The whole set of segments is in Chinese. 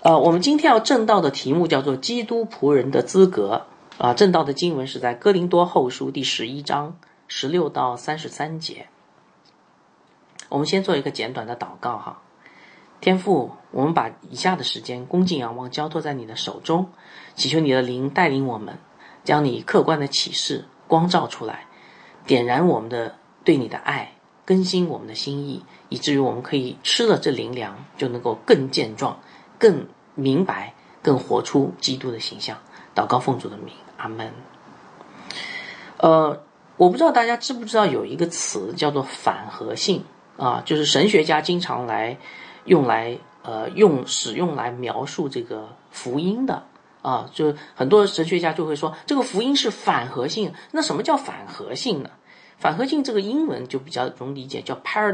我们今天要正道的题目叫做基督仆人的资格正道的经文是在哥林多后书第11章16到33节。我们先做一个简短的祷告哈。天父，我们把以下的时间恭敬仰望交托在你的手中，祈求你的灵带领我们，将你客观的启示光照出来，点燃我们的对你的爱，更新我们的心意，以至于我们可以吃了这灵粮就能够更健壮，更明白，更活出基督的形象。祷告奉主的名，阿们。我不知道大家知不知道有一个词叫做反合性就是神学家经常使用来描述这个福音的就很多神学家就会说这个福音是反合性。那什么叫反合性呢？反合性这个英文就比较容易理解，叫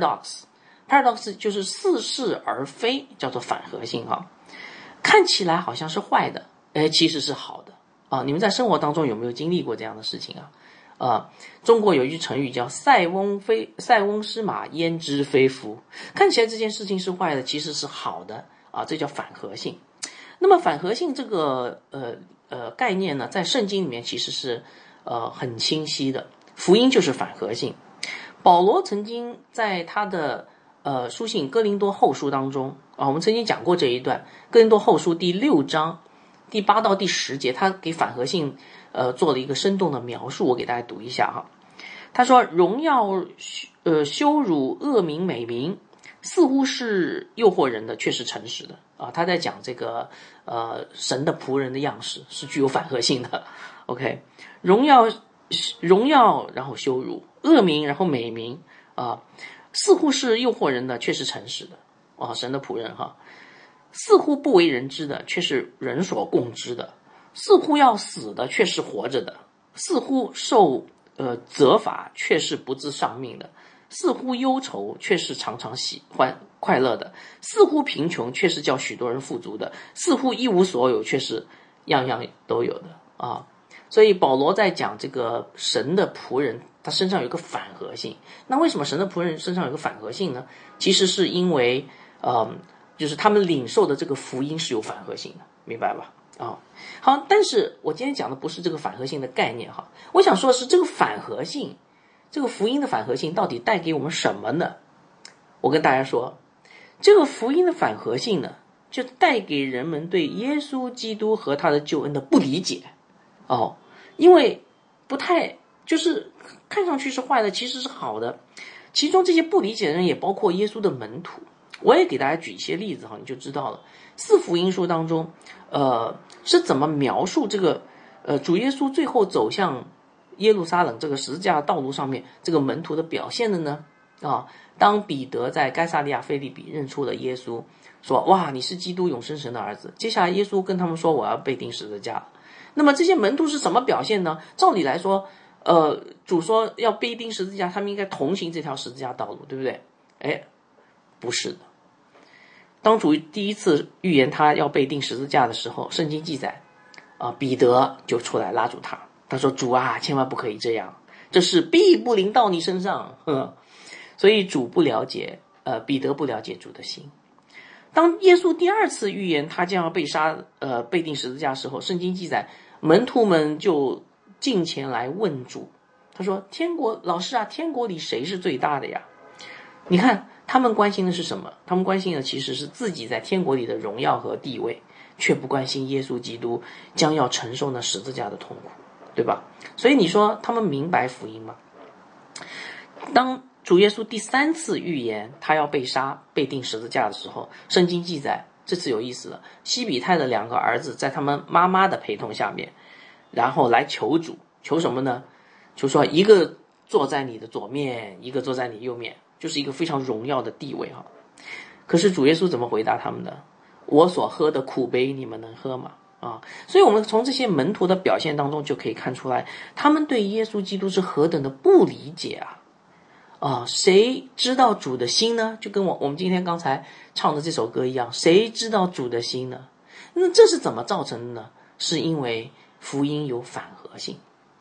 paradox 就是似是而非，叫做反合性看起来好像是坏的，其实是好的你们在生活当中有没有经历过这样的事情中国有一句成语叫塞翁失马焉知非福，看起来这件事情是坏的，其实是好的这叫反合性。那么反合性这个概念呢，在圣经里面其实是很清晰的，福音就是反合性。保罗曾经在他的书信哥林多后书当中我们曾经讲过这一段，哥林多后书第6章第8到第10节，他给反合性做了一个生动的描述，我给大家读一下他说荣耀羞辱恶名美名似乎是诱惑人的，却是诚实的他在讲这个神的仆人的样式是具有反合性的。 OK， 荣耀然后羞辱，恶名然后美名似乎是诱惑人的，却是诚实的神的仆人似乎不为人知的，却是人所共知的；似乎要死的，却是活着的；似乎受责罚，却是不自丧命的；似乎忧愁，却是常常喜欢快乐的；似乎贫穷，却是叫许多人富足的；似乎一无所有，却是样样都有的所以保罗在讲这个神的仆人，他身上有一个反合性。那为什么神的仆人身上有一个反合性呢？其实是因为就是他们领受的这个福音是有反合性的，明白吧好，但是我今天讲的不是这个反合性的概念我想说的是这个反合性，这个福音的反合性到底带给我们什么呢？我跟大家说，这个福音的反合性呢，就带给人们对耶稣基督和他的救恩的不理解因为不太就是看上去是坏的，其实是好的。其中这些不理解的人也包括耶稣的门徒。我也给大家举一些例子你就知道了。4福音书当中是怎么描述这个主耶稣最后走向耶路撒冷这个十字架的道路上面这个门徒的表现的呢当彼得在该撒利亚腓立比认出了耶稣，说哇你是基督永生神的儿子，接下来耶稣跟他们说我要被钉十字架了。那么这些门徒是什么表现呢？照理来说主说要被钉十字架，他们应该同行这条十字架道路，对不对？不是的。当主第一次预言他要被钉十字架的时候，圣经记载彼得就出来拉住他，他说主千万不可以这样，这事必不临到你身上所以主不了解彼得不了解主的心。当耶稣第2次预言他将要被杀被钉十字架的时候，圣经记载门徒们就进前来问主，他说老师天国里谁是最大的呀？你看他们关心的是什么？他们关心的其实是自己在天国里的荣耀和地位，却不关心耶稣基督将要承受那十字架的痛苦，对吧？所以你说他们明白福音吗？当主耶稣第3次预言他要被杀被钉十字架的时候，圣经记载这次有意思了，西比泰的2个儿子在他们妈妈的陪同下面，然后来求主，求什么呢？求说一个坐在你的左面，一个坐在你右面，就是一个非常荣耀的地位可是主耶稣怎么回答他们的？我所喝的苦杯你们能喝吗？所以我们从这些门徒的表现当中就可以看出来，他们对耶稣基督是何等的不理解谁知道主的心呢？就跟我们今天刚才唱的这首歌一样，谁知道主的心呢？那这是怎么造成的呢？是因为福音有反合性。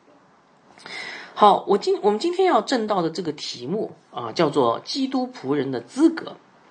好，我们今天要正道的这个题目叫做基督仆人的资格。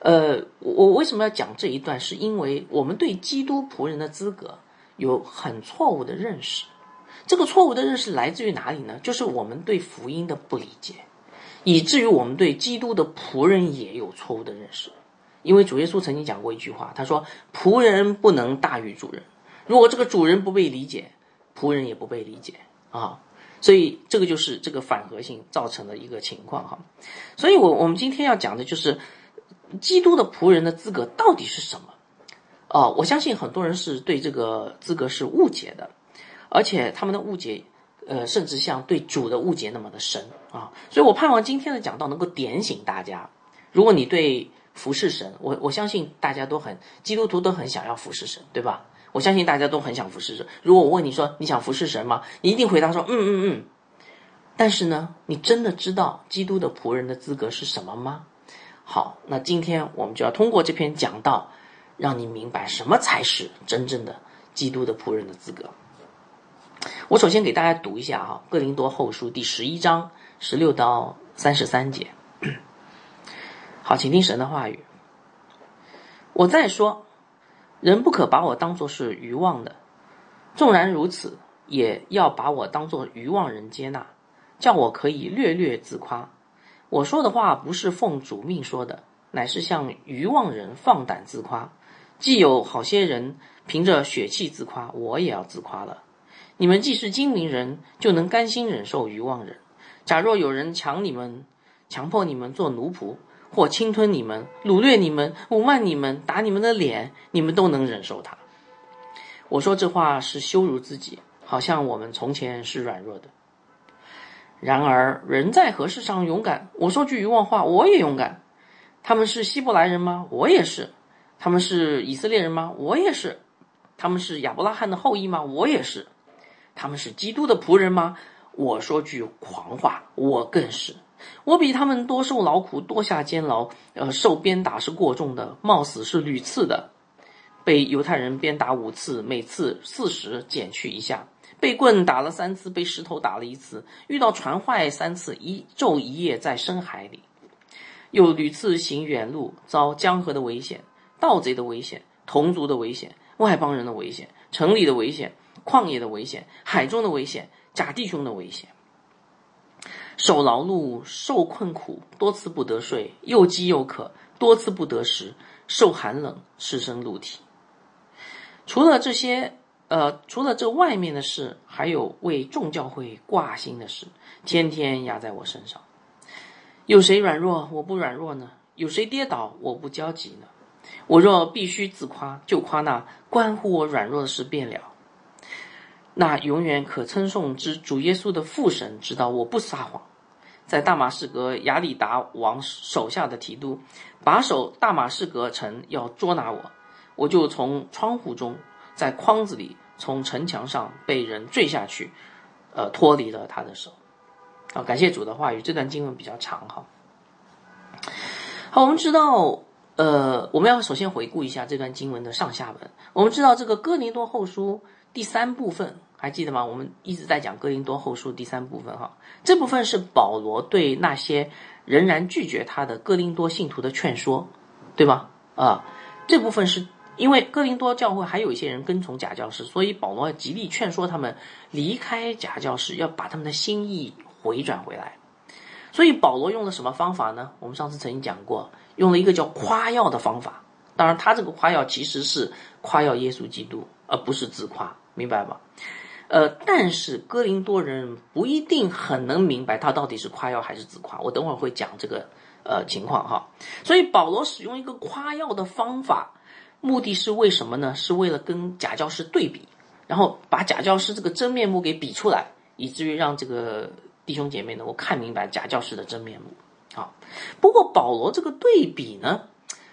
我为什么要讲这一段？是因为我们对基督仆人的资格有很错误的认识。这个错误的认识来自于哪里呢？就是我们对福音的不理解，以至于我们对基督的仆人也有错误的认识。因为主耶稣曾经讲过一句话，他说仆人不能大于主人，如果这个主人不被理解，仆人也不被理解啊。所以这个就是这个反合性造成的一个情况哈。所以我们今天要讲的就是基督的仆人的资格到底是什么？我相信很多人是对这个资格是误解的，而且他们的误解甚至像对主的误解那么的深啊。所以我盼望今天的讲道能够点醒大家。如果你对服侍神，我相信大家都基督徒都很想要服侍神，对吧？我相信大家都很想服侍神。如果我问你说你想服侍神吗？你一定回答说但是呢，你真的知道基督的仆人的资格是什么吗？好，那今天我们就要通过这篇讲道让你明白什么才是真正的基督的仆人的资格。我首先给大家读一下哥林多后书第11章16到33节。好，请听神的话语。我再说，人不可把我当作是愚妄的，纵然如此，也要把我当作愚妄人接纳，叫我可以略略自夸。我说的话不是奉主命说的，乃是向愚妄人放胆自夸。既有好些人凭着血气自夸，我也要自夸了。你们既是精明人，就能甘心忍受愚妄人。假若有人强迫你们做奴仆，或侵吞你们，掳掠你们，侮慢你们，打你们的脸，你们都能忍受他。我说这话是羞辱自己，好像我们从前是软弱的。然而人在何事上勇敢？我说句愚妄话，我也勇敢。他们是希伯来人吗？我也是。他们是以色列人吗？我也是。他们是亚伯拉罕的后裔吗？我也是。他们是基督的仆人吗？我说句狂话，我更是。我比他们多受劳苦，多下监牢，受鞭打是过重的，冒死是屡次的。被犹太人鞭打5次，每次40减去1下，被棍打了3次，被石头打了1次，遇到船坏3次，一昼一夜在深海里，又屡次行远路，遭江河的危险，盗贼的危险，同族的危险，外邦人的危险，城里的危险，旷野的危险，海中的危险，假弟兄的危险，受劳碌，受困苦，多次不得睡，又饥又渴，多次不得食，受寒冷，湿身露体。除了这外面的事，还有为众教会挂心的事，天天压在我身上。有谁软弱，我不软弱呢？有谁跌倒，我不焦急呢？我若必须自夸，就夸那关乎我软弱的事便了。那永远可称颂之主耶稣的父神知道我不撒谎。在大马士革亚里达王手下的提督把守大马士革城要捉拿我，我就从窗户中，在筐子里，从城墙上被人坠下去，脱离了他的手。感谢主的话语，这段经文比较长哈。好，我们知道我们要首先回顾一下这段经文的上下文。我们知道这个哥林多后书第3部分，还记得吗？我们一直在讲哥林多后书第3部分哈。这部分是保罗对那些仍然拒绝他的哥林多信徒的劝说，对吗？这部分是因为哥林多教会还有一些人跟从假教师，所以保罗要极力劝说他们离开假教师，要把他们的心意回转回来。所以保罗用了什么方法呢？我们上次曾经讲过，用了一个叫夸耀的方法。当然他这个夸耀其实是夸耀耶稣基督，而不是自夸，明白吧？但是哥林多人不一定很能明白他到底是夸耀还是自夸，我等会儿会讲这个情况哈。所以保罗使用一个夸耀的方法，目的是为什么呢？是为了跟假教师对比，然后把假教师这个真面目给比出来，以至于让这个弟兄姐妹能够看明白假教师的真面目。好，不过保罗这个对比呢，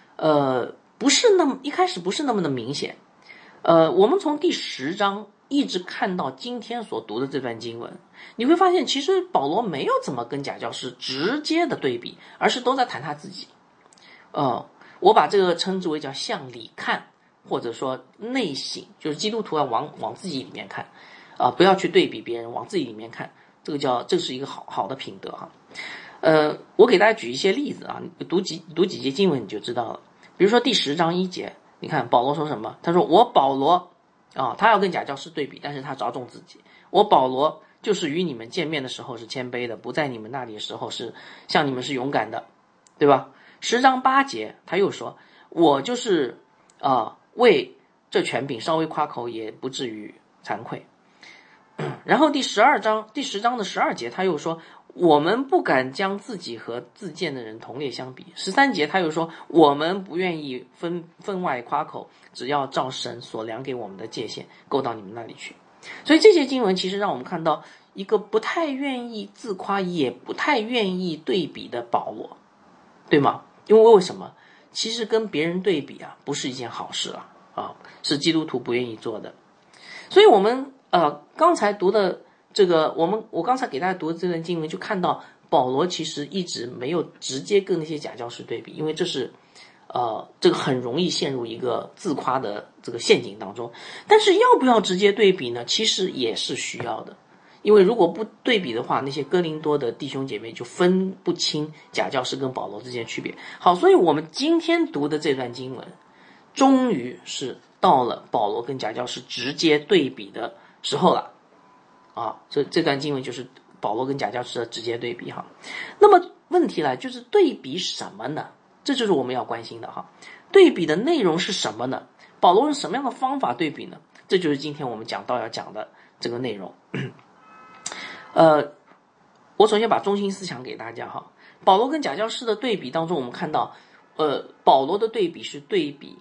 一开始不是那么的明显。我们从第10章一直看到今天所读的这段经文，你会发现其实保罗没有怎么跟假教师直接的对比，而是都在谈他自己。我把这个称之为叫向里看，或者说内省，就是基督徒要往自己里面看，不要去对比别人，往自己里面看，这是一个好的品德哈。 我给大家举一些例子啊，读几节经文你就知道了。比如说第10章1节，你看保罗说什么？他说我保罗啊，他要跟假教师对比，但是他着重自己。我保罗就是与你们见面的时候是谦卑的，不在你们那里的时候是像你们是勇敢的，对吧？10章8节他又说，我就是为这权柄稍微夸口也不至于惭愧。然后第10章的12节他又说，我们不敢将自己和自荐的人同列相比。13节他又说，我们不愿意分外夸口，只要照神所量给我们的界限够到你们那里去。所以这些经文其实让我们看到一个不太愿意自夸也不太愿意对比的保罗，对吗？因为为什么？其实跟别人对比啊不是一件好事啊，是基督徒不愿意做的。所以我们刚才读的这个我刚才给大家读的这段经文就看到保罗其实一直没有直接跟那些假教师对比，因为这是这个很容易陷入一个自夸的这个陷阱当中。但是要不要直接对比呢？其实也是需要的，因为如果不对比的话，那些哥林多的弟兄姐妹就分不清假教师跟保罗之间的区别。好，所以我们今天读的这段经文终于是到了保罗跟假教师直接对比的时候了啊！这段经文就是保罗跟假教师的直接对比哈。那么问题来就是对比什么呢？这就是我们要关心的哈。对比的内容是什么呢？保罗用什么样的方法对比呢？这就是今天我们讲到要讲的这个内容。我首先把中心思想给大家哈。保罗跟假教师的对比当中，我们看到保罗的对比是对比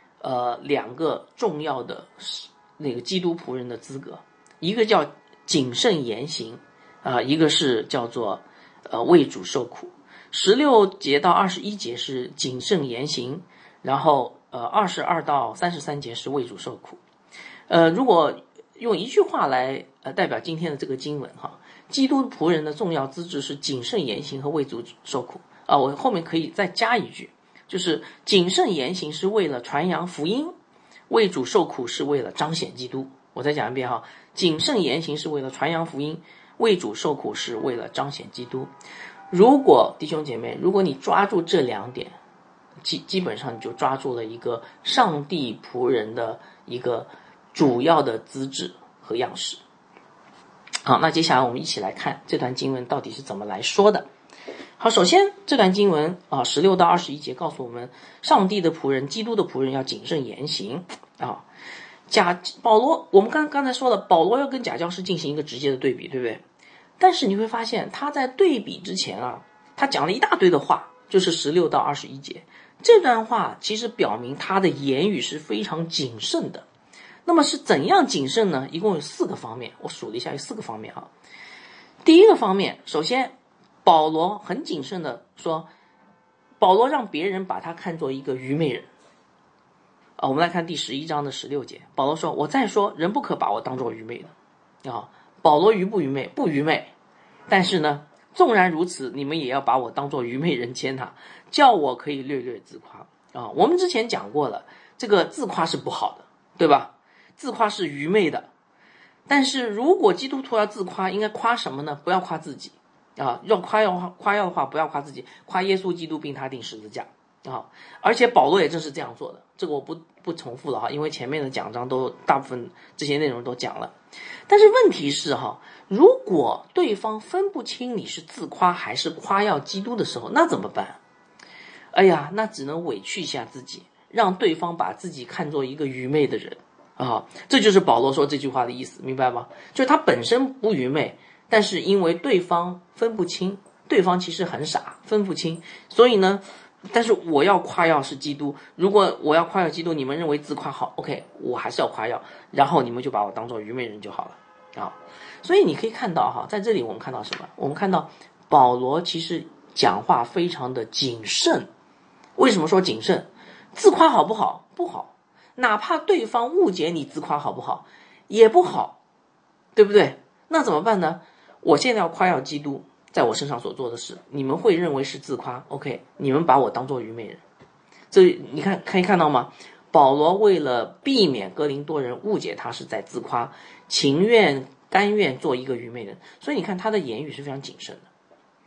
2个重要的那个基督仆人的资格，一个叫谨慎言行一个是叫做为主受苦。16节到21节是谨慎言行，然后22到33节是为主受苦。如果用一句话来代表今天的这个经文哈，基督仆人的重要资质是谨慎言行和为主受苦我后面可以再加一句，就是谨慎言行是为了传扬福音，为主受苦是为了彰显基督。我再讲一遍哈，谨慎言行是为了传扬福音，为主受苦是为了彰显基督。如果弟兄姐妹，如果你抓住这2点，基本上你就抓住了一个上帝仆人的一个主要的资质和样式。好，那接下来我们一起来看这段经文到底是怎么来说的。好，首先这段经文16到21节告诉我们，上帝的仆人，基督的仆人要谨慎言行保罗，我们刚才说了，保罗要跟假教师进行一个直接的对比，对不对？但是你会发现他在对比之前他讲了一大堆的话，就是16到21节。这段话其实表明他的言语是非常谨慎的。那么是怎样谨慎呢？一共有4个方面，我数了一下，有4个方面第一个方面，首先保罗很谨慎的说，保罗让别人把他看作一个愚昧人我们来看第11章的16节，保罗说，我再说，人不可把我当作愚昧的保罗愚不愚昧？不愚昧，但是呢，纵然如此，你们也要把我当作愚昧人践踏，叫我可以略略自夸我们之前讲过了，这个自夸是不好的，对吧？自夸是愚昧的。但是如果基督徒要自夸，应该夸什么呢？不要夸自己要夸耀的话，不要夸自己，夸耶稣基督并他钉十字架而且保罗也正是这样做的，这个我不重复了因为前面的讲章都大部分这些内容都讲了。但是问题是如果对方分不清你是自夸还是夸耀基督的时候，那怎么办？哎呀，那只能委屈一下自己，让对方把自己看作一个愚昧的人这就是保罗说这句话的意思，明白吗？就是他本身不愚昧，但是因为对方分不清，对方其实很傻，分不清，所以呢，但是我要夸耀是基督，如果我要夸耀基督，你们认为自夸好 OK， 我还是要夸耀，然后你们就把我当作愚昧人就好了所以你可以看到在这里我们看到什么？我们看到保罗其实讲话非常的谨慎。为什么说谨慎？自夸好不好？不好。哪怕对方误解你自夸好不好？也不好，对不对？那怎么办呢？我现在要夸耀基督在我身上所做的事，你们会认为是自夸 OK， 你们把我当作愚昧人。这你看可以看到吗？保罗为了避免哥林多人误解他是在自夸，甘愿做一个愚昧人，所以你看他的言语是非常谨慎的。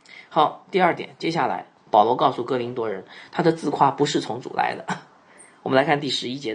好，第二点，接下来保罗告诉哥林多人，他的自夸不是从主来的。我们来看第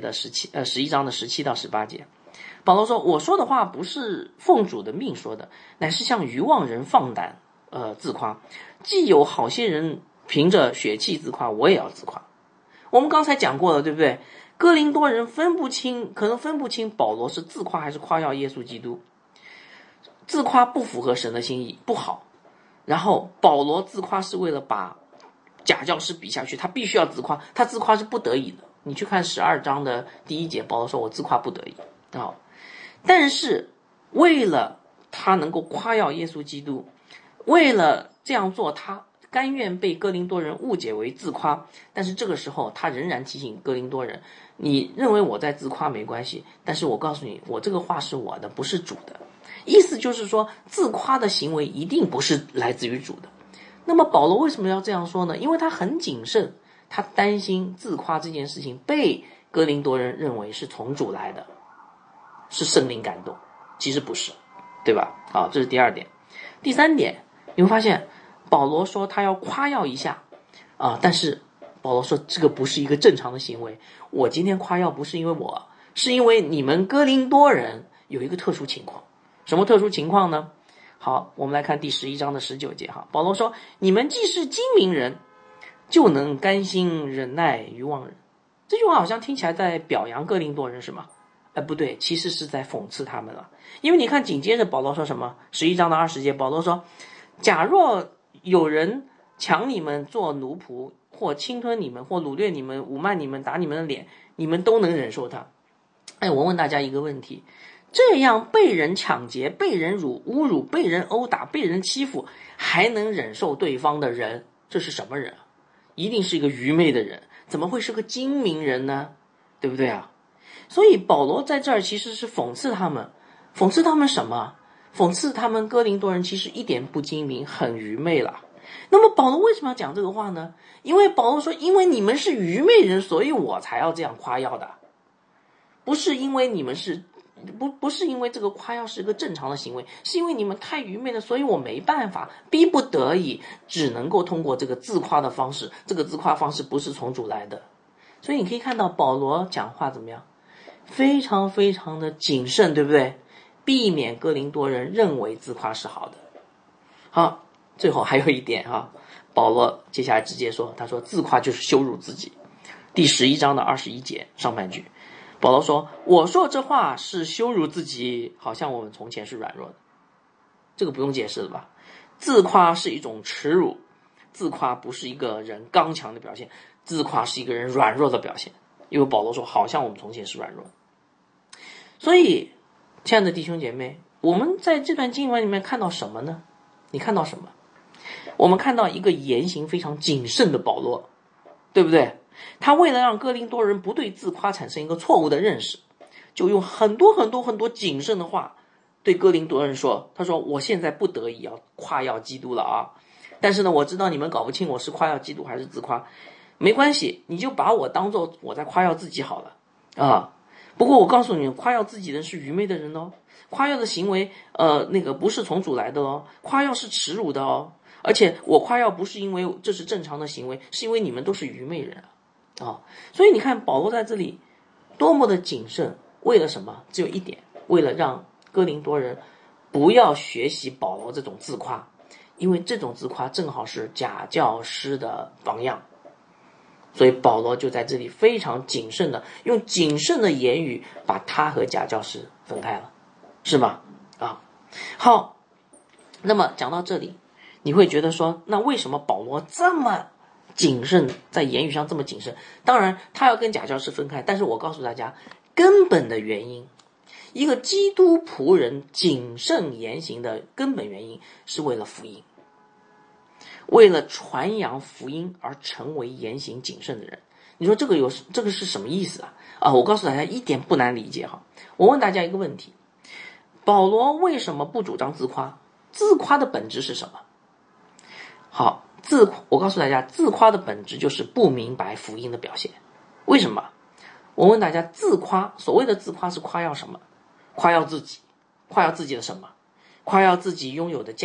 11章的17到18节。保罗说，我说的话不是奉主的命说的，乃是向愚妄人放胆自夸。既有好些人凭着血气自夸，我也要自夸。我们刚才讲过了，对不对？哥林多人可能分不清保罗是自夸还是夸耀耶稣基督。自夸不符合神的心意，不好。然后保罗自夸是为了把假教师比下去，他必须要自夸，他自夸是不得已的。你去看12章的第1节，保罗说我自夸不得已啊。但是为了他能够夸耀耶稣基督，为了这样做，他甘愿被哥林多人误解为自夸。但是这个时候他仍然提醒哥林多人，你认为我在自夸没关系，但是我告诉你，我这个话是我的，不是主的。意思就是说，自夸的行为一定不是来自于主的。那么保罗为什么要这样说呢？因为他很谨慎，他担心自夸这件事情被哥林多人认为是从主来的，是圣灵感动，其实不是，对吧？好，这是第二点。第三点，你会发现保罗说他要夸耀一下但是保罗说这个不是一个正常的行为。我今天夸耀不是因为我，是因为你们哥林多人有一个特殊情况。什么特殊情况呢？好，我们来看第11章的19节哈。保罗说，你们既是精明人，就能甘心忍耐愚妄人。这句话好像听起来在表扬哥林多人是吗？不对，其实是在讽刺他们了。因为你看紧接着保罗说什么？11章的20节，保罗说，假若有人抢你们做奴仆，或侵吞你们，或掳掠你们，侮慢你们，打你们的脸，你们都能忍受他。我问大家一个问题，这样被人抢劫、被人侮辱、被人殴打、被人欺负，还能忍受对方的人，这是什么人啊？一定是一个愚昧的人，怎么会是个精明人呢？对不对啊？所以保罗在这儿其实是讽刺他们。讽刺他们什么？讽刺他们哥林多人其实一点不精明，很愚昧了。那么保罗为什么要讲这个话呢？因为保罗说，因为你们是愚昧人，所以我才要这样夸耀的，不是因为你们是不是因为这个夸耀是一个正常的行为，是因为你们太愚昧了，所以我没办法，逼不得已，只能够通过这个自夸的方式。这个自夸方式不是从主来的，所以你可以看到保罗讲话怎么样，非常非常的谨慎，对不对？避免哥林多人认为自夸是好的。好，最后还有一点保罗接下来直接说，他说自夸就是羞辱自己。第11章的21节上半句，保罗说，我说这话是羞辱自己，好像我们从前是软弱的。这个不用解释了吧？自夸是一种耻辱，自夸不是一个人刚强的表现，自夸是一个人软弱的表现。因为保罗说好像我们从前是软弱的。所以亲爱的弟兄姐妹，我们在这段经文里面看到什么呢？你看到什么？我们看到一个言行非常谨慎的保罗，对不对？他为了让哥林多人不对自夸产生一个错误的认识，就用很多很多很多谨慎的话对哥林多人说，他说我现在不得已要夸耀基督了但是呢，我知道你们搞不清我是夸耀基督还是自夸，没关系，你就把我当做我在夸耀自己好了不过我告诉你，夸耀自己的是愚昧的人夸耀的行为不是从主来的夸耀是耻辱的而且我夸耀不是因为这是正常的行为，是因为你们都是愚昧人所以你看保罗在这里多么的谨慎，为了什么？只有一点，为了让哥林多人不要学习保罗这种自夸，因为这种自夸正好是假教师的榜样。所以保罗就在这里非常谨慎的用谨慎的言语把他和假教师分开了，是吗？好，那么讲到这里，你会觉得说，那为什么保罗这么谨慎，在言语上这么谨慎？当然他要跟假教师分开，但是我告诉大家根本的原因，一个基督仆人谨慎言行的根本原因是为了福音，为了传扬福音而成为言行谨慎的人。你说这个是什么意思我告诉大家一点不难理解我问大家一个问题，保罗为什么不主张自夸？自夸的本质是什么？好，我告诉大家，自夸的本质就是不明白福音的表现。为什么？我问大家，所谓的自夸是夸耀什么？夸耀自己。夸耀自己的什么？夸耀自己拥有的价值，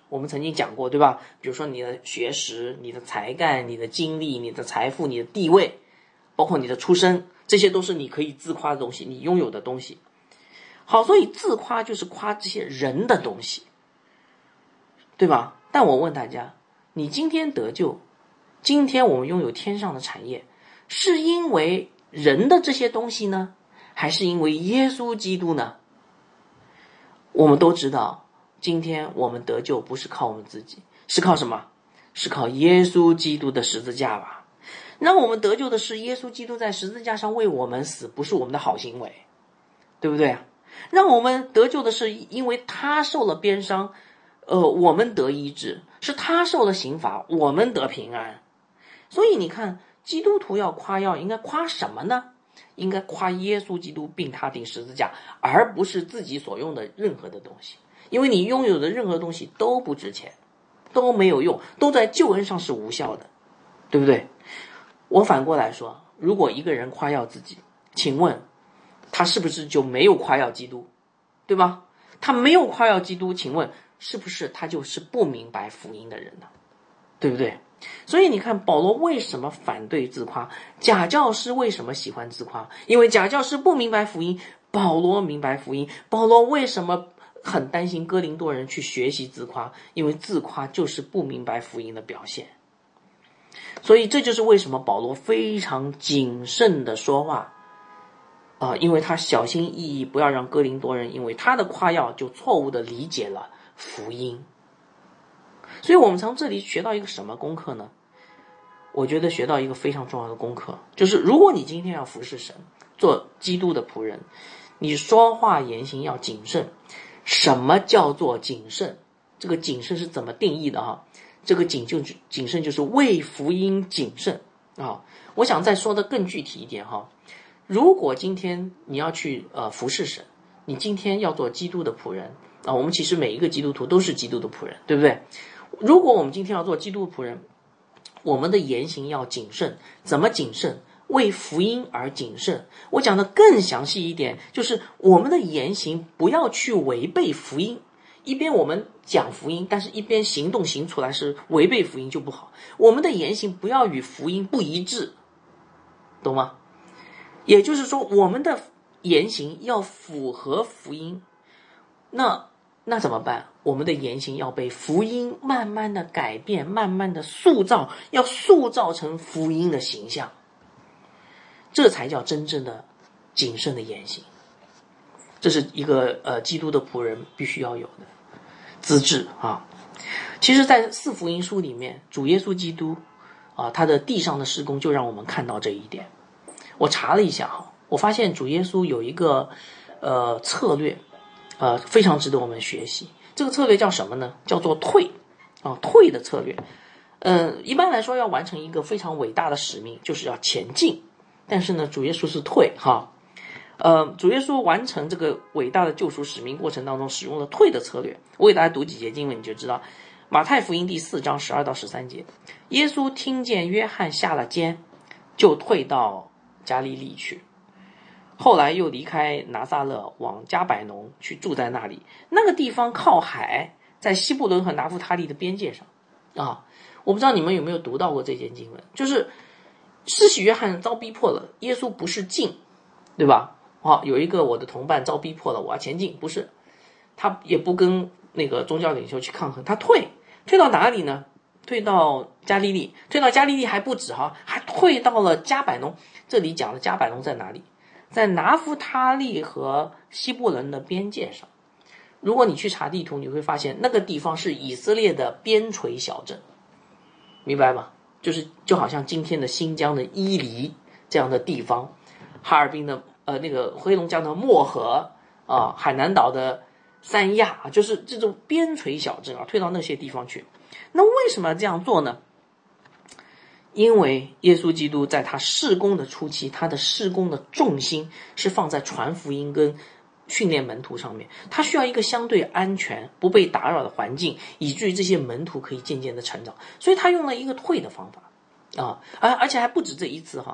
我们曾经讲过，对吧？比如说你的学识、你的才干、你的经历、你的财富、你的地位，包括你的出身，这些都是你可以自夸的东西，你拥有的东西。好，所以自夸就是夸这些人的东西，对吧？但我问大家，你今天得救，今天我们拥有天上的产业，是因为人的这些东西呢，还是因为耶稣基督呢？我们都知道，今天我们得救不是靠我们自己，是靠什么？是靠耶稣基督的十字架吧。让我们得救的是耶稣基督在十字架上为我们死，不是我们的好行为，对不对啊？让我们得救的是因为他受了鞭伤，我们得医治，是他受了刑罚，我们得平安。所以你看，基督徒要夸耀，应该夸什么呢？应该夸耶稣基督并他顶十字架，而不是自己所用的任何的东西。因为你拥有的任何东西都不值钱，都没有用，都在救恩上是无效的，对不对？我反过来说，如果一个人夸耀自己，请问他是不是就没有夸耀基督，对吧？他没有夸耀基督，请问是不是他就是不明白福音的人呢？对不对？所以你看保罗为什么反对自夸，假教师为什么喜欢自夸？因为假教师不明白福音，保罗明白福音。保罗为什么很担心哥林多人去学习自夸？因为自夸就是不明白福音的表现。所以这就是为什么保罗非常谨慎的说话因为他小心翼翼，不要让哥林多人因为他的夸耀就错误的理解了福音。所以我们从这里学到一个什么功课呢？我觉得学到一个非常重要的功课，就是如果你今天要服侍神，做基督的仆人，你说话言行要谨慎。什么叫做谨慎？这个谨慎是怎么定义的这个谨慎就是为福音谨慎我想再说的更具体一点如果今天你要去服侍神，你今天要做基督的仆人我们其实每一个基督徒都是基督的仆人，对不对？如果我们今天要做基督的仆人，我们的言行要谨慎。怎么谨慎？为福音而谨慎。我讲的更详细一点，就是我们的言行不要去违背福音。一边我们讲福音，但是一边行动行出来是违背福音就不好。我们的言行不要与福音不一致，懂吗？也就是说，我们的言行要符合福音。那怎么办？我们的言行要被福音慢慢的改变，慢慢的塑造，要塑造成福音的形象，这才叫真正的谨慎的言行。这是一个基督的仆人必须要有的资质其实在四福音书里面，主耶稣基督他的地上的事工就让我们看到这一点。我查了一下我发现主耶稣有一个策略非常值得我们学习。这个策略叫什么呢？叫做退退的策略。一般来说要完成一个非常伟大的使命，就是要前进。但是呢，主耶稣是退主耶稣完成这个伟大的救赎使命过程当中使用了退的策略。我给大家读几节经文你就知道。马太福音第4章12到13节，耶稣听见约翰下了监，就退到加利利去。后来又离开拿撒勒往加百农去，住在那里。那个地方靠海，在西布伦和拿弗他利的边界上我不知道你们有没有读到过这件经文，就是施洗约翰遭逼迫了，耶稣不是进，对吧？有一个我的同伴遭逼迫了，我要前进，不是，他也不跟那个宗教领袖去抗衡，他退到哪里呢？退到加利利。退到加利利还不止还退到了加百农。这里讲的加百农在哪里？在拿弗他利和西布伦的边界上。如果你去查地图，你会发现那个地方是以色列的边陲小镇，明白吗？就好像今天的新疆的伊犁这样的地方，哈尔滨的那个黑龙江的漠河海南岛的三亚就是这种边陲小镇退到那些地方去。那为什么要这样做呢？因为耶稣基督在他事工的初期，他的事工的重心是放在传福音跟训练门徒上面，他需要一个相对安全不被打扰的环境，以至于这些门徒可以渐渐的成长。所以他用了一个退的方法而且还不止这一次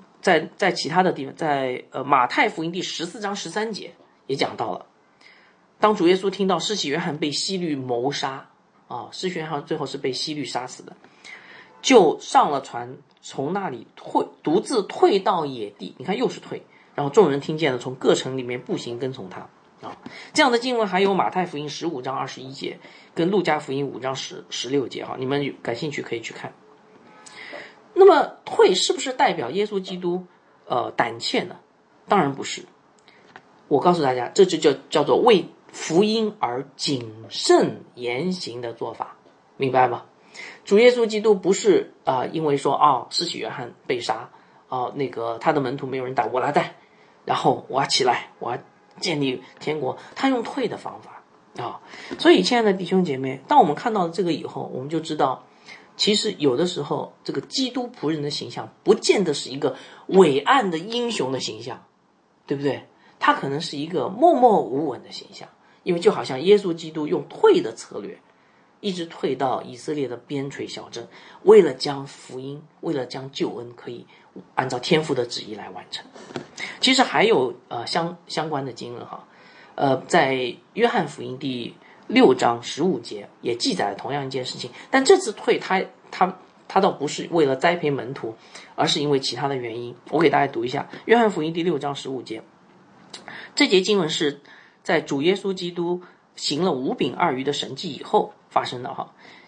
在其他的地方，在马太福音第14章13节也讲到了当主耶稣听到施洗约翰被希律谋杀啊，施洗约翰最后是被希律杀死的，就上了船，从那里独自退到野地。你看又是退，然后众人听见了，从各城里面步行跟从他啊。这样的经文还有马太福音15章21节跟路加福音5章16节哈，你们感兴趣可以去看。那么退是不是代表耶稣基督胆怯呢？当然不是。我告诉大家，这就叫做为福音而谨慎言行的做法，明白吗？主耶稣基督不是因为说施洗约翰被杀那个他的门徒没有人带，我来带，然后我要起来，我要建立天国，他用退的方法所以亲爱的弟兄姐妹，当我们看到了这个以后，我们就知道其实有的时候这个基督仆人的形象不见得是一个伟岸的英雄的形象，对不对？他可能是一个默默无闻的形象，因为就好像耶稣基督用退的策略一直退到以色列的边陲小镇，为了将福音，为了将救恩可以按照天父的旨意来完成。其实还有相关的经文在约翰福音第6章15节也记载了同样一件事情，但这次退他倒不是为了栽培门徒，而是因为其他的原因。我给大家读一下约翰福音第6章15节，这节经文是在主耶稣基督行了5饼2鱼的神迹以后发生的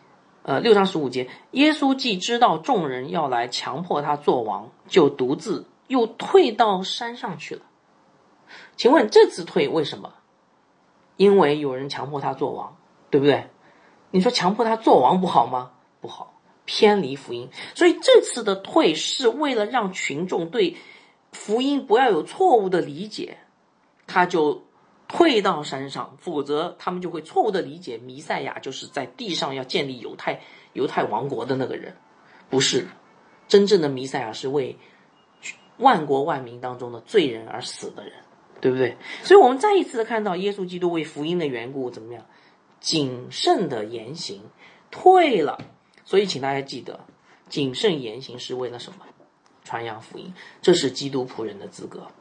6章15节，耶稣既知道众人要来强迫他做王，就独自又退到山上去了。请问这次退为什么？因为有人强迫他做王，对不对？你说强迫他做王不好吗？不好，偏离福音。所以这次的退是为了让群众对福音不要有错误的理解，他就退到山上，否则他们就会错误的理解弥赛亚就是在地上要建立犹太王国的那个人。不是，真正的弥赛亚是为万国万民当中的罪人而死的人，对不对？所以我们再一次的看到耶稣基督为福音的缘故怎么样？谨慎的言行，退了。所以请大家记得，谨慎言行是为了什么？传扬福音，这是基督仆人的资格。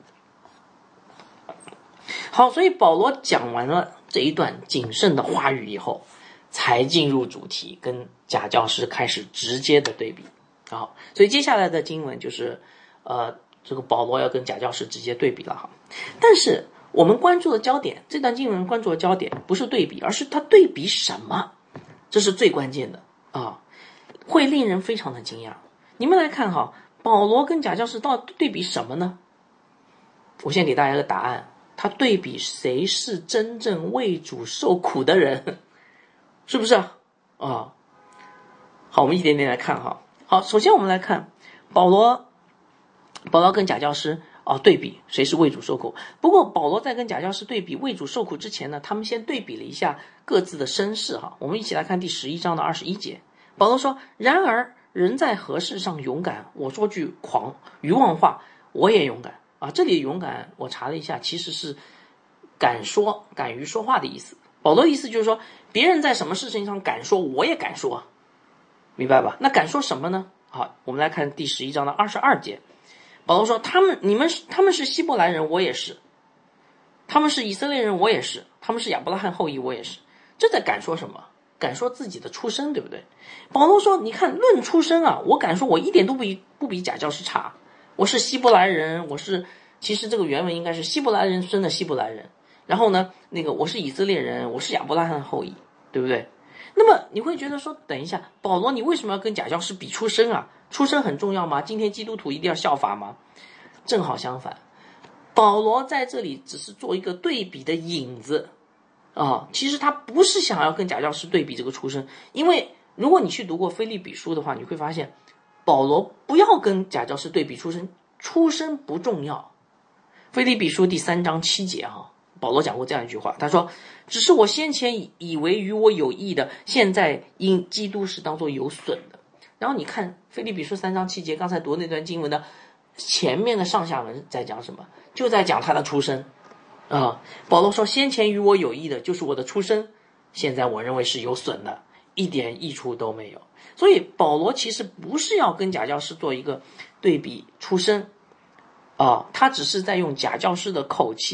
好，所以保罗讲完了这一段谨慎的话语以后，才进入主题，跟假教师开始直接的对比。好，所以接下来的经文就是这个保罗要跟假教师直接对比了但是我们关注的焦点，这段经文关注的焦点不是对比，而是他对比什么，这是最关键的会令人非常的惊讶。你们来看保罗跟假教师到底对比什么呢？我先给大家一个答案，他对比谁是真正为主受苦的人，是不是好，我们一点点来看好，首先我们来看保罗跟假教师对比谁是为主受苦。不过保罗在跟假教师对比为主受苦之前呢，他们先对比了一下各自的身世我们一起来看第11章的21节。保罗说，然而人在何事上勇敢，我说句愚妄话，我也勇敢这里勇敢我查了一下，其实是敢于说话的意思。保罗的意思就是说，别人在什么事情上敢说，我也敢说，明白吧？那敢说什么呢？好，我们来看第11章的22节。保罗说，他们是希伯来人，我也是；他们是以色列人，我也是；他们是亚伯拉罕后裔，我也是。这在敢说什么？敢说自己的出身，对不对？保罗说，你看论出身我敢说我一点都不比假教师差。我是希伯来人，其实这个原文应该是希伯来人生的希伯来人。然后呢，我是以色列人，我是亚伯拉罕后裔，对不对？那么你会觉得说，等一下，保罗你为什么要跟假教师比出身出身很重要吗？今天基督徒一定要效法吗？正好相反，保罗在这里只是做一个对比的引子其实他不是想要跟假教师对比这个出身，因为如果你去读过腓立比书的话，你会发现保罗不要跟假教师对比出身，出身不重要。腓立比书第3章7节保罗讲过这样一句话，他说，只是我先前以为与我有益的，现在因基督是当作有损的。然后你看腓立比书3章7节，刚才读那段经文的前面的上下文在讲什么？就在讲他的出身保罗说，先前与我有益的就是我的出身，现在我认为是有损的，一点益处都没有。所以保罗其实不是要跟假教师做一个对比出身他只是在用假教师的口气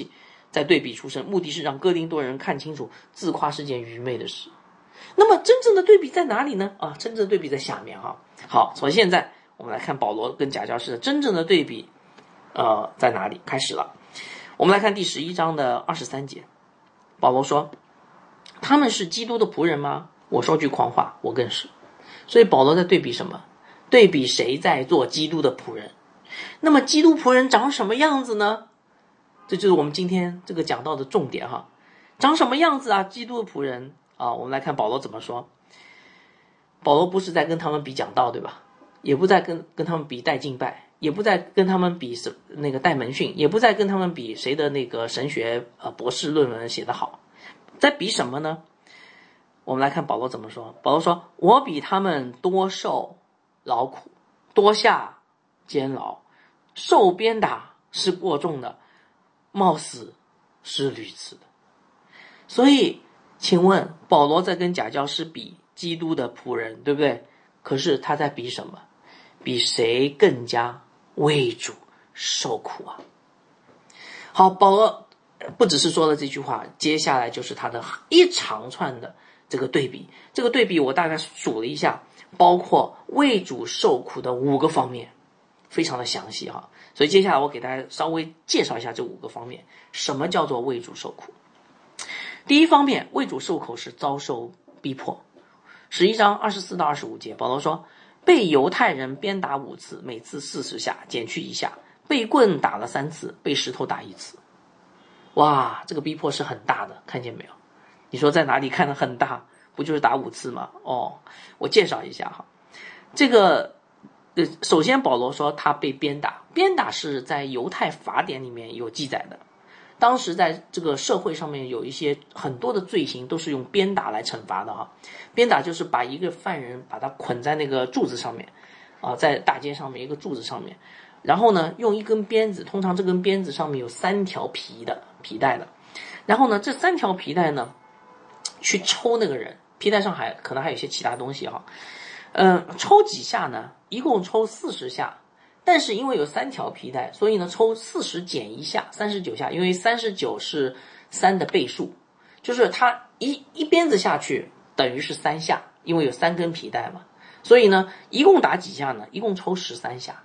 在对比出声，目的是让哥林多人看清楚自夸是件愚昧的事。那么真正的对比在哪里呢？真正的对比在下面哈。好，从现在我们来看保罗跟假教师的真正的对比，在哪里？开始了。我们来看第11章的23节，保罗说：“他们是基督的仆人吗？我说句狂话，我更是。”所以保罗在对比什么？对比谁在做基督的仆人？那么基督仆人长什么样子呢？这就是我们今天这个讲到的重点哈。长什么样子啊？基督的仆人啊，我们来看保罗怎么说。保罗不是在跟他们比讲道，对吧？也不在跟他们比带敬拜，也不在跟他们比那个带门训，也不在跟他们比谁的那个神学博士论文写得好。在比什么呢？我们来看保罗怎么说。保罗说：“我比他们多受劳苦，多下监牢，受鞭打是过重的，冒死是屡次的。”所以请问保罗在跟假教师比基督的仆人，对不对？可是他在比什么？比谁更加为主受苦啊？好，保罗不只是说了这句话，接下来就是他的一长串的这个对比。这个对比我大概数了一下，包括为主受苦的5个方面，非常的详细哈。所以接下来我给大家稍微介绍一下这5个方面。什么叫做为主受苦？第一方面，为主受苦是遭受逼迫。11章24到25节，保罗说：“被犹太人鞭打5次，每次40下，减去1下；被棍打了3次，被石头打1次。”哇，这个逼迫是很大的，看见没有？你说在哪里看得很大？不就是打5次吗？我介绍一下哈。这个首先保罗说他被鞭打，鞭打是在犹太法典里面有记载的。当时在这个社会上面有一些很多的罪行都是用鞭打来惩罚的哈。鞭打就是把一个犯人把他捆在那个柱子上面在大街上面一个柱子上面，然后呢用一根鞭子，通常这根鞭子上面有3条皮带的，然后呢这3条皮带呢去抽那个人，皮带上可能还有一些其他东西哈。抽几下呢？一共抽40下。但是因为有3条皮带，所以呢抽40减1下，39下，因为39是3的倍数，就是它一鞭子下去等于是3下，因为有3根皮带嘛，所以呢一共打几下呢？一共抽13下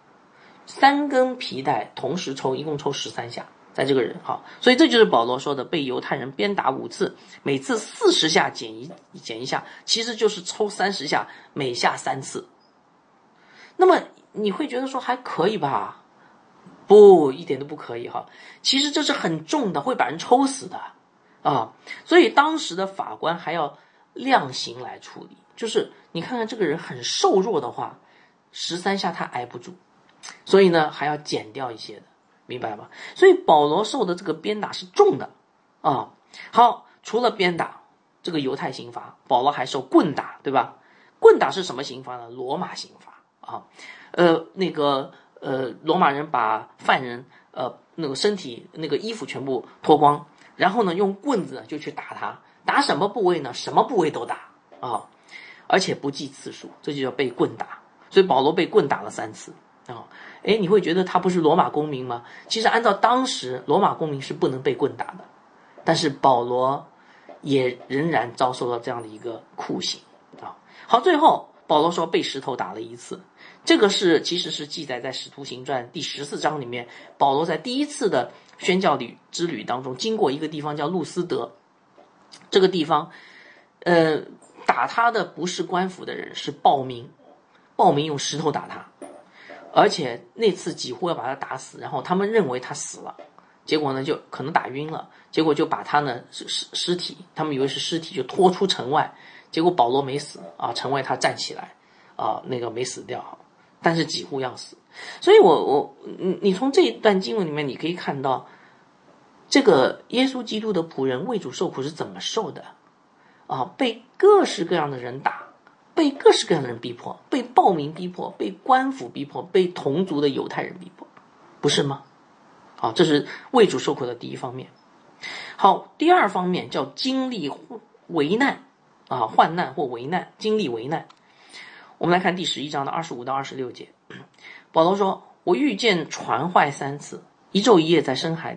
，3根皮带同时抽，一共抽13下，在这个人哈，所以这就是保罗说的被犹太人鞭打5次，每次40下减1下，其实就是抽30下，每下3次。那么你会觉得说还可以吧？不，一点都不可以哈。其实这是很重的，会把人抽死的啊。所以当时的法官还要量刑来处理，就是你看看这个人很瘦弱的话，13下他挨不住，所以呢还要减掉一些的，明白吗？所以保罗受的这个鞭打是重的啊。好，除了鞭打这个犹太刑罚，保罗还受棍打，对吧？棍打是什么刑罚呢？罗马刑罚啊。罗马人把犯人那个身体那个衣服全部脱光，然后呢用棍子就去打他，打什么部位呢？什么部位都打啊，而且不计次数，这就叫被棍打。所以保罗被棍打了3次啊。你会觉得他不是罗马公民吗？其实按照当时罗马公民是不能被棍打的，但是保罗也仍然遭受了这样的一个酷刑啊。好，最后保罗说被石头打了1次，这个其实是记载在使徒行传第14章里面，保罗在第1次的宣教之旅当中经过一个地方叫路斯德，这个地方打他的不是官府的人，是暴民用石头打他，而且那次几乎要把他打死，然后他们认为他死了，结果呢就可能打晕了，结果就把他呢尸体，他们以为是尸体，就拖出城外，结果保罗没死啊，城外他站起来啊，那个没死掉，但是几乎要死。所以你从这一段经文里面你可以看到，这个耶稣基督的仆人为主受苦是怎么受的啊？被各式各样的人打，被各式各样的人逼迫，被暴民逼迫，被官府逼迫，被同族的犹太人逼迫，不是吗？好，这是为主受苦的第一方面。好，第二方面叫经历危难啊，患难或危难，经历危难。我们来看第11章的25到26节，保罗说：“我遇见船坏3次，1昼1夜在深海里，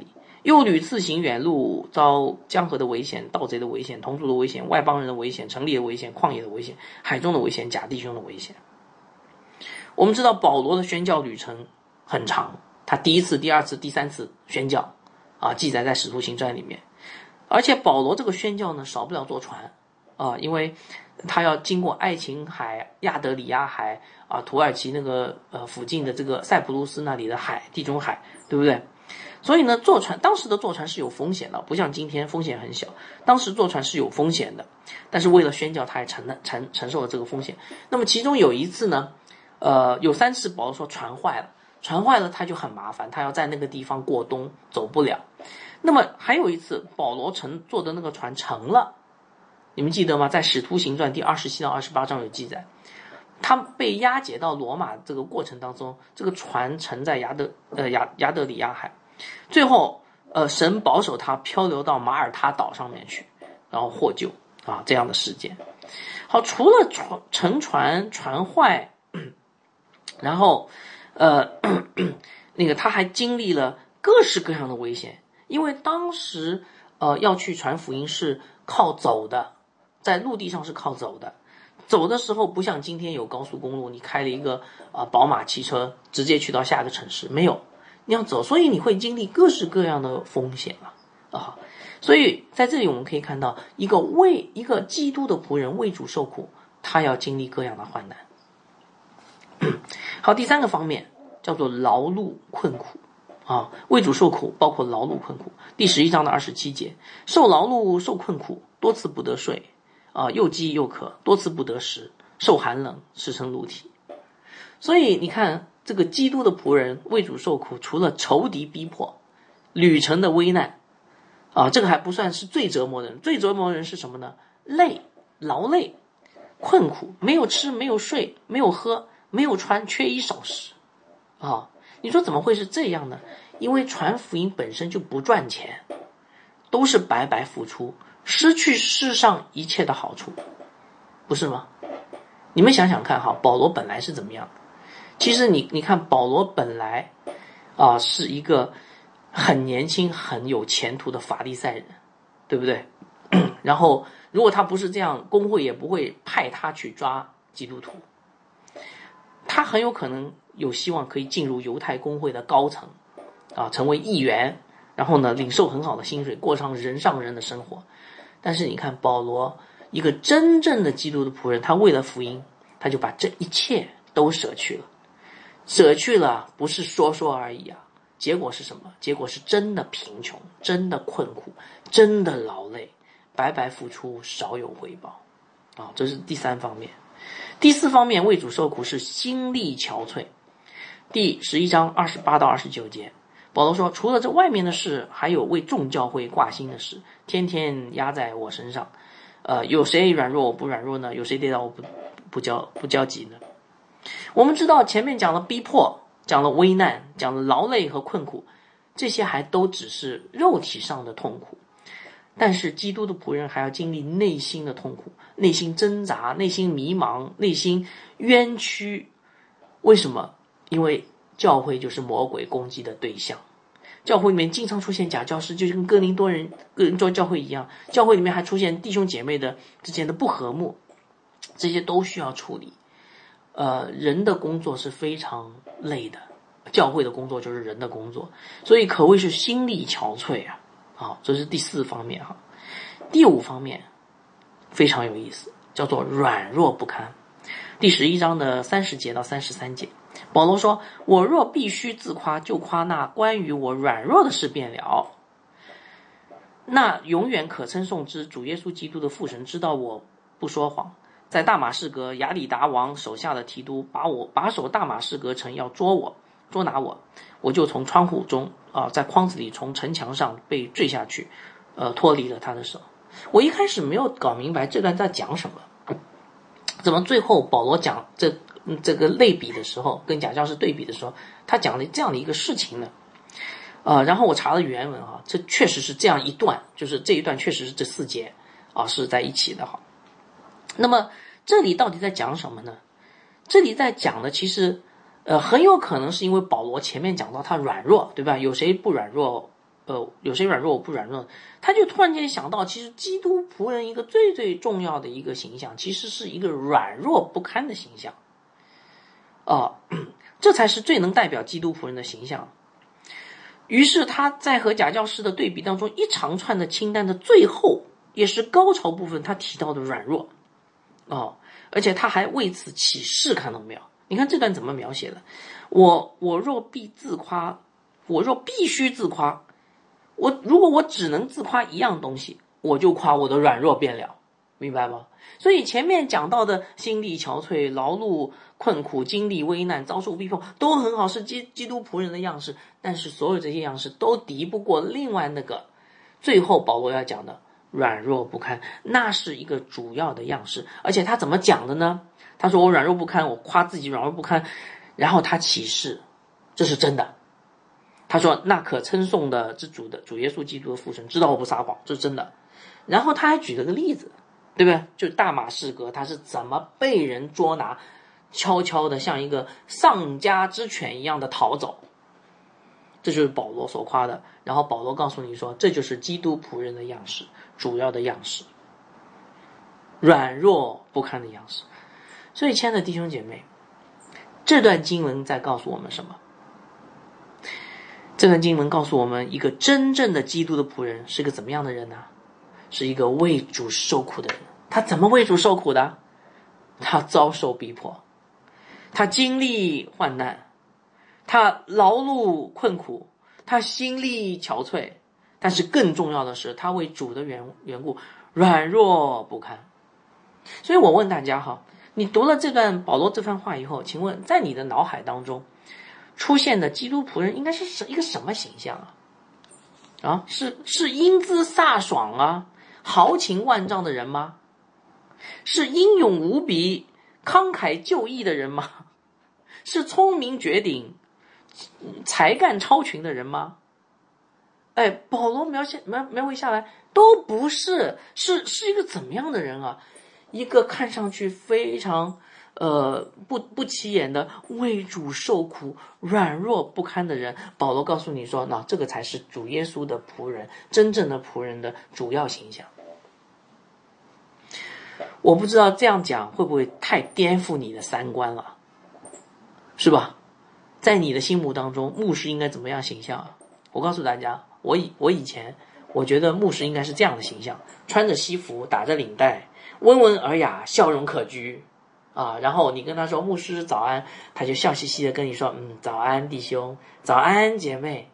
又屡次行远路，遭江河的危险、盗贼的危险、同族的危险、外邦人的危险、城里的危险、旷野的危险、海中的危险、假弟兄的危险。我们知道保罗的宣教旅程很长，他第一次、第二次、第三次宣教记载在使徒行传里面。而且保罗这个宣教呢，少不了坐船因为他要经过爱琴海、亚得里亚海土耳其那个附近的这个塞浦路斯那里的海，地中海，对不对？所以呢，坐船当时的坐船是有风险的，不像今天风险很小。当时坐船是有风险的，但是为了宣教，他也承受了这个风险。那么其中有一次呢，有3次保罗说船坏了他就很麻烦，他要在那个地方过冬，走不了。那么还有一次，保罗坐的那个船沉了，你们记得吗？在使徒行传第27到28章有记载，他被押解到罗马这个过程当中，这个船沉在亚得里亚海，最后神保守他漂流到马耳他岛上面去，然后获救这样的事件。好，除了沉船坏，然后那个他还经历了各式各样的危险，因为当时要去传福音是靠走的，在陆地上是靠走的。走的时候不像今天有高速公路，你开了一个宝马汽车直接去到下个城市，没有，你要走，所以你会经历各式各样的风险所以在这里我们可以看到，一个基督的仆人为主受苦，他要经历各样的患难。好，第3个方面叫做劳碌困苦为主受苦包括劳碌困苦。第11章的27节，受劳碌受困苦，多次不得睡又饥又渴，多次不得食，受寒冷，赤身露体。所以你看，这个基督的仆人为主受苦，除了仇敌逼迫、旅程的危难这个还不算是最折磨的人。最折磨的人是什么呢？劳累、困苦，没有吃，没有睡，没有喝，没有穿，缺衣少食你说怎么会是这样呢？因为传福音本身就不赚钱，都是白白付出，失去世上一切的好处，不是吗？你们想想看保罗本来是怎么样？其实你看保罗本来是一个很年轻很有前途的法利赛人，对不对？然后如果他不是这样，公会也不会派他去抓基督徒，他很有可能有希望可以进入犹太公会的高层成为议员，然后呢领受很好的薪水，过上人上人的生活。但是你看保罗，一个真正的基督的仆人，他为了福音，他就把这一切都舍去了，不是说说而已结果是什么？结果是真的贫穷，真的困苦，真的劳累，白白付出，少有回报这是第3方面。第4方面，为主受苦是心力憔悴。第11章28到29节，保罗说，除了这外面的事，还有为众教会挂心的事，天天压在我身上。有谁软弱我不软弱呢？有谁跌倒我不焦急呢？我们知道前面讲了逼迫，讲了危难，讲了劳累和困苦，这些还都只是肉体上的痛苦，但是基督的仆人还要经历内心的痛苦，内心挣扎，内心迷茫，内心冤屈。为什么？因为教会就是魔鬼攻击的对象，教会里面经常出现假教师，就是跟哥林多教会一样，教会里面还出现弟兄姐妹之间的不和睦，这些都需要处理。人的工作是非常累的，教会的工作就是人的工作，所以可谓是心力憔悴这是第4方面第5方面非常有意思，叫做软弱不堪。第11章的30节到33节，保罗说，我若必须自夸，就夸那关于我软弱的事便了。那永远可称颂之主耶稣基督的父神知道我不说谎，在大马士革亚里达王手下的提督把守大马士革城要捉拿我，我就从窗户中在筐子里从城墙上被坠下去，脱离了他的手。我一开始没有搞明白这段在讲什么，怎么最后保罗讲这个类比的时候，跟假教师对比的时候，他讲了这样的一个事情呢？然后我查了原文这确实是这样一段，就是这一段确实是这4节是在一起的那么这里到底在讲什么呢？这里在讲的其实很有可能是因为保罗前面讲到他软弱，对吧？有谁不软弱有谁软弱我不软弱，他就突然间想到，其实基督仆人一个最最重要的一个形象，其实是一个软弱不堪的形象。这才是最能代表基督仆人的形象。于是他在和假教师的对比当中，一长串的清单的最后，也是高潮部分，他提到的软弱而且他还为此起誓，看到没有？你看这段怎么描写的？我若必自夸，我若必须自夸，如果我只能自夸一样东西，我就夸我的软弱变了，明白吗？所以前面讲到的心力憔悴、劳碌困苦、经历危难、遭受逼迫都很好，是基督仆人的样式，但是所有这些样式都敌不过另外那个最后保罗要讲的软弱不堪，那是一个主要的样式。而且他怎么讲的呢？他说我软弱不堪，我夸自己软弱不堪，然后他起誓这是真的。他说那可称颂的之主的主耶稣基督的父神知道我不撒谎，这是真的。然后他还举了个例子，对不对？就大马士革他是怎么被人捉拿，悄悄的像一个丧家之犬一样的逃走，这就是保罗所夸的。然后保罗告诉你说，这就是基督仆人的样式，主要的样式，软弱不堪的样式。所以亲爱的弟兄姐妹，这段经文在告诉我们什么？这段经文告诉我们，一个真正的基督的仆人是个怎么样的人呢？是一个为主受苦的人。他怎么为主受苦的？他遭受逼迫，他经历患难，他劳碌困苦，他心力憔悴，但是更重要的是，他为主的缘故软弱不堪。所以我问大家哈，你读了这段保罗这番话以后，请问在你的脑海当中出现的基督仆人应该是一个什么形象啊？是英姿飒爽啊，豪情万丈的人吗？是英勇无比、慷慨就义的人吗？是聪明绝顶、才干超群的人吗？保罗描绘下来都不是，是一个怎么样的人啊？一个看上去非常不起眼的为主受苦、软弱不堪的人。保罗告诉你说，那这个才是主耶稣的仆人，真正的仆人的主要形象。我不知道这样讲会不会太颠覆你的三观了，是吧？在你的心目当中，牧师应该怎么样形象啊？我告诉大家，我以前我觉得牧师应该是这样的形象，穿着西服，打着领带，温文尔雅，笑容可掬然后你跟他说牧师早安，他就笑嘻嘻的跟你说早安弟兄，早安姐妹。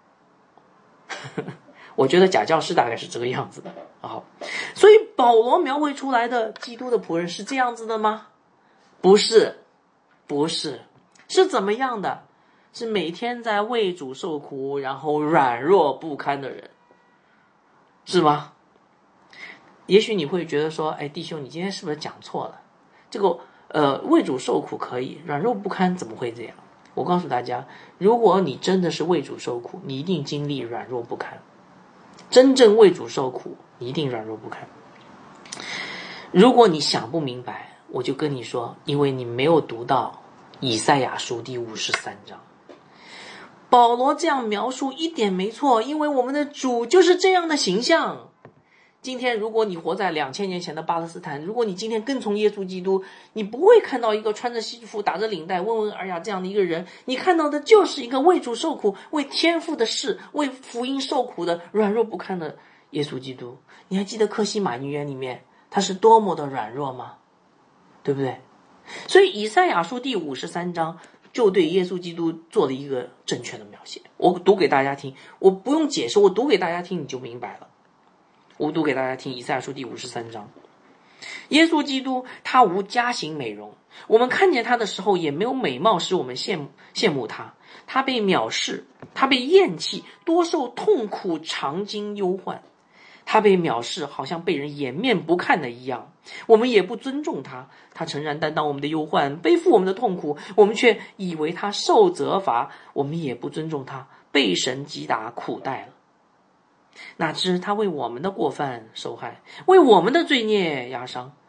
我觉得假教师大概是这个样子的所以保罗描绘出来的基督的仆人是这样子的吗？不是，是怎么样的？是每天在为主受苦，然后软弱不堪的人，是吗？也许你会觉得说，弟兄，你今天是不是讲错了？这个为主受苦可以，软弱不堪怎么会这样？我告诉大家，如果你真的是为主受苦，你一定经历软弱不堪。真正为主受苦，你一定软弱不堪。如果你想不明白，我就跟你说，因为你没有读到以赛亚书第53章。保罗这样描述一点没错，因为我们的主就是这样的形象。今天如果你活在2000年前的巴勒斯坦，如果你今天跟从耶稣基督，你不会看到一个穿着西服打着领带温文尔雅这样的一个人，你看到的就是一个为主受苦、为天父的事、为福音受苦的软弱不堪的耶稣基督。你还记得客西马尼园里面他是多么的软弱吗？对不对？所以以赛亚书第53章就对耶稣基督做了一个正确的描写。我读给大家听，我不用解释，我读给大家听你就明白了。我读给大家听以赛亚书第53章。耶稣基督他无佳形美容，我们看见他的时候也没有美貌使我们羡慕他。他被藐视，他被厌弃，多受痛苦，常经忧患。他被藐视，好像被人掩面不看的一样，我们也不尊重他。他诚然担当我们的忧患，背负我们的痛苦，我们却以为他受责罚，我们也不尊重他，被神击打苦待了。哪知他为我们的过犯受害，为我们的罪孽压伤。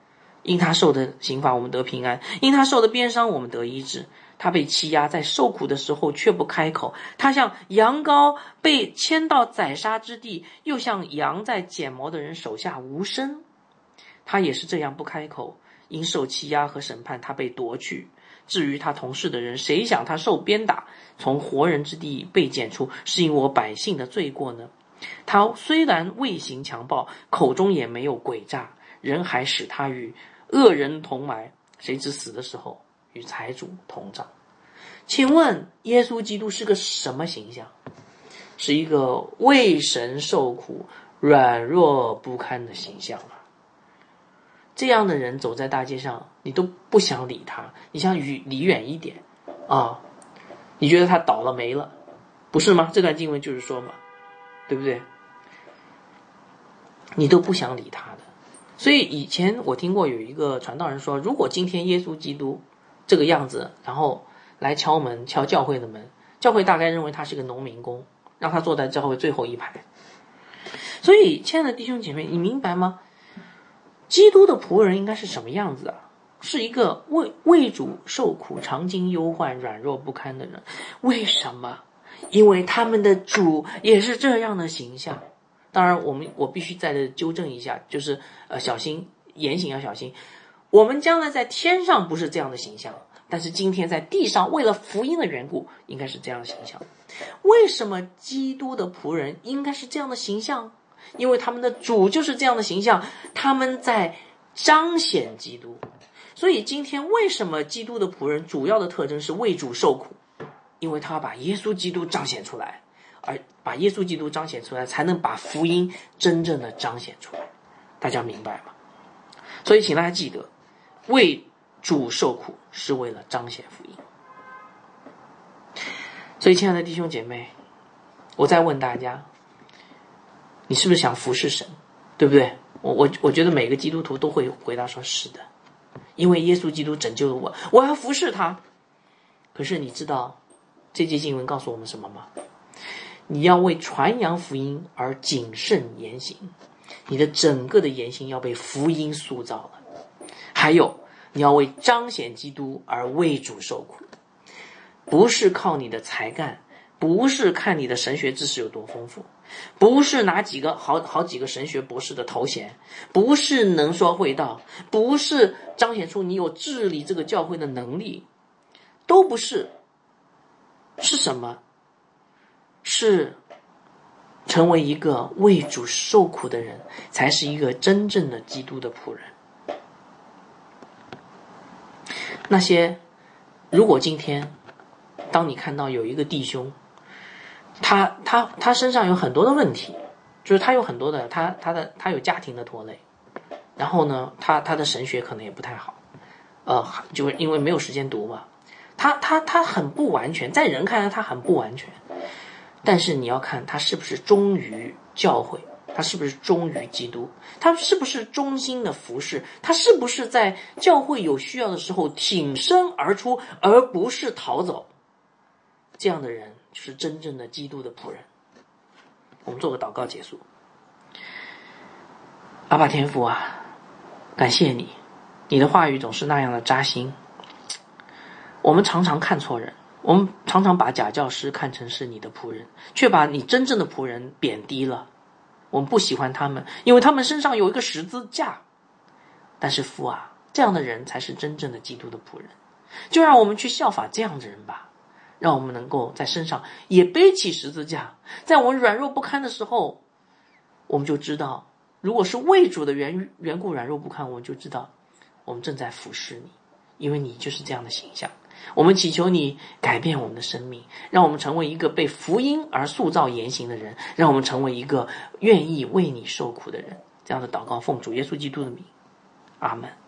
因他受的刑罚，我们得平安；因他受的鞭伤，我们得医治。他被欺压，在受苦的时候却不开口。他像羊羔被牵到宰杀之地，又像羊在剪毛的人手下无声。他也是这样不开口，因受欺压和审判，他被夺去。至于他同事的人，谁想他受鞭打，从活人之地被剪出，是因我百姓的罪过呢？他虽然未行强暴，口中也没有诡诈，人还使他与恶人同埋，谁知死的时候与财主同葬。请问耶稣基督是个什么形象？是一个为神受苦、软弱不堪的形象啊！这样的人走在大街上，你都不想理他，你想离远一点啊！你觉得他倒了霉了，不是吗？这段经文就是说嘛，对不对？你都不想理他的。所以以前我听过有一个传道人说，如果今天耶稣基督这个样子，然后来敲门，敲教会的门，教会大概认为他是个农民工，让他坐在教会最后一排。所以亲爱的弟兄姐妹，你明白吗？基督的仆人应该是什么样子啊？是一个为主受苦、常经忧患、软弱不堪的人。为什么？因为他们的主也是这样的形象。当然我必须再纠正一下，就是小心言行要小心。我们将来在天上不是这样的形象，但是今天在地上为了福音的缘故，应该是这样的形象。为什么基督的仆人应该是这样的形象？因为他们的主就是这样的形象，他们在彰显基督。所以今天为什么基督的仆人主要的特征是为主受苦？因为他把耶稣基督彰显出来，而把耶稣基督彰显出来，才能把福音真正的彰显出来。大家明白吗？所以请大家记得，为主受苦是为了彰显福音。所以亲爱的弟兄姐妹，我再问大家，你是不是想服侍神？对不对？我觉得每个基督徒都会回答说是的，因为耶稣基督拯救了我，我要服侍他。可是你知道这节经文告诉我们什么吗？你要为传扬福音而谨慎言行，你的整个的言行要被福音塑造了。还有，你要为彰显基督而为主受苦，不是靠你的才干，不是看你的神学知识有多丰富，不是拿好几个神学博士的头衔，不是能说会道，不是彰显出你有治理这个教会的能力，都不是。是什么？是成为一个为主受苦的人，才是一个真正的基督的仆人。那些如果今天当你看到有一个弟兄，他身上有很多的问题，就是他有很多的他有家庭的拖累，然后呢他的神学可能也不太好，就是因为没有时间读嘛，他很不完全，在人看来他很不完全，但是你要看他是不是忠于教会，他是不是忠于基督，他是不是忠心的服侍，他是不是在教会有需要的时候挺身而出，而不是逃走。这样的人就是真正的基督的仆人。我们做个祷告结束。阿爸天父啊，感谢你，你的话语总是那样的扎心。我们常常看错人，我们常常把假教师看成是你的仆人，却把你真正的仆人贬低了。我们不喜欢他们，因为他们身上有一个十字架。但是父啊，这样的人才是真正的基督的仆人。就让我们去效法这样的人吧，让我们能够在身上也背起十字架，在我们软弱不堪的时候，我们就知道，如果是为主的缘故软弱不堪，我们就知道我们正在服侍你，因为你就是这样的形象。我们祈求你改变我们的生命，让我们成为一个被福音而塑造言行的人，让我们成为一个愿意为你受苦的人。这样的祷告奉主耶稣基督的名，阿们。